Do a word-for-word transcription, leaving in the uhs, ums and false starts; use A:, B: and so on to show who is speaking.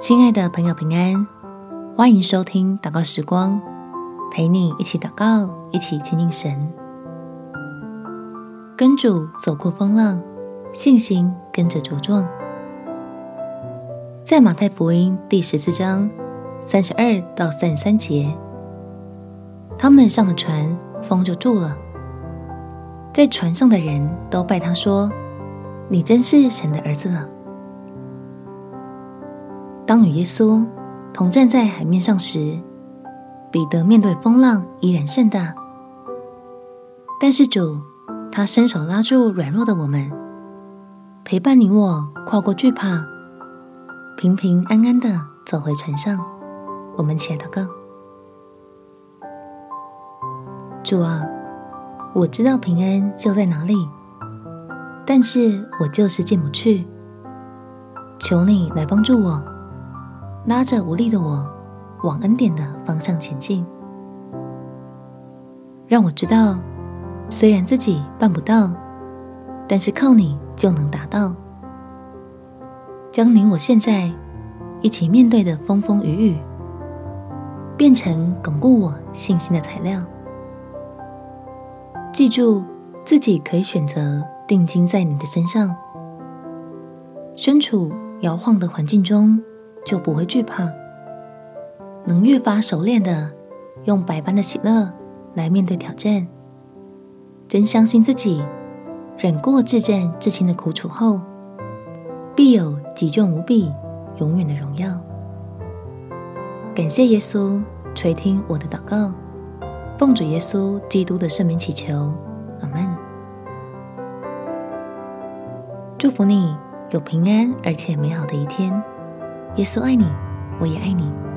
A: 亲爱的朋友平安，欢迎收听祷告时光，陪你一起祷告，一起亲近神。跟主走过风浪，信心跟着茁壮。在马太福音第十四章三十二到三十三节，他们上了船，风就住了。在船上的人都拜他说：“你真是神的儿子了。”当与耶稣同站在海面上时，彼得面对风浪依然甚大，但是主他伸手拉住软弱的我们，陪伴你我跨过惧怕，平平安安地走回船上。我们起来祷告。主啊，我知道平安就在哪里，但是我就是进不去，求你来帮助我，拉着无力的我往恩典的方向前进。让我知道，虽然自己办不到，但是靠你就能达到。将你我现在一起面对的风风雨雨，变成巩固我信心的材料。记住，自己可以选择定睛在你的身上，身处摇晃的环境中就不会惧怕，能越发熟练的用百般的喜乐来面对挑战。真相信自己忍过至战至轻的苦楚后，必有极重无比永远的荣耀。感谢耶稣垂听我的祷告，奉主耶稣基督的圣名祈求，阿们。祝福你有平安而且美好的一天。耶稣爱你，我也爱你。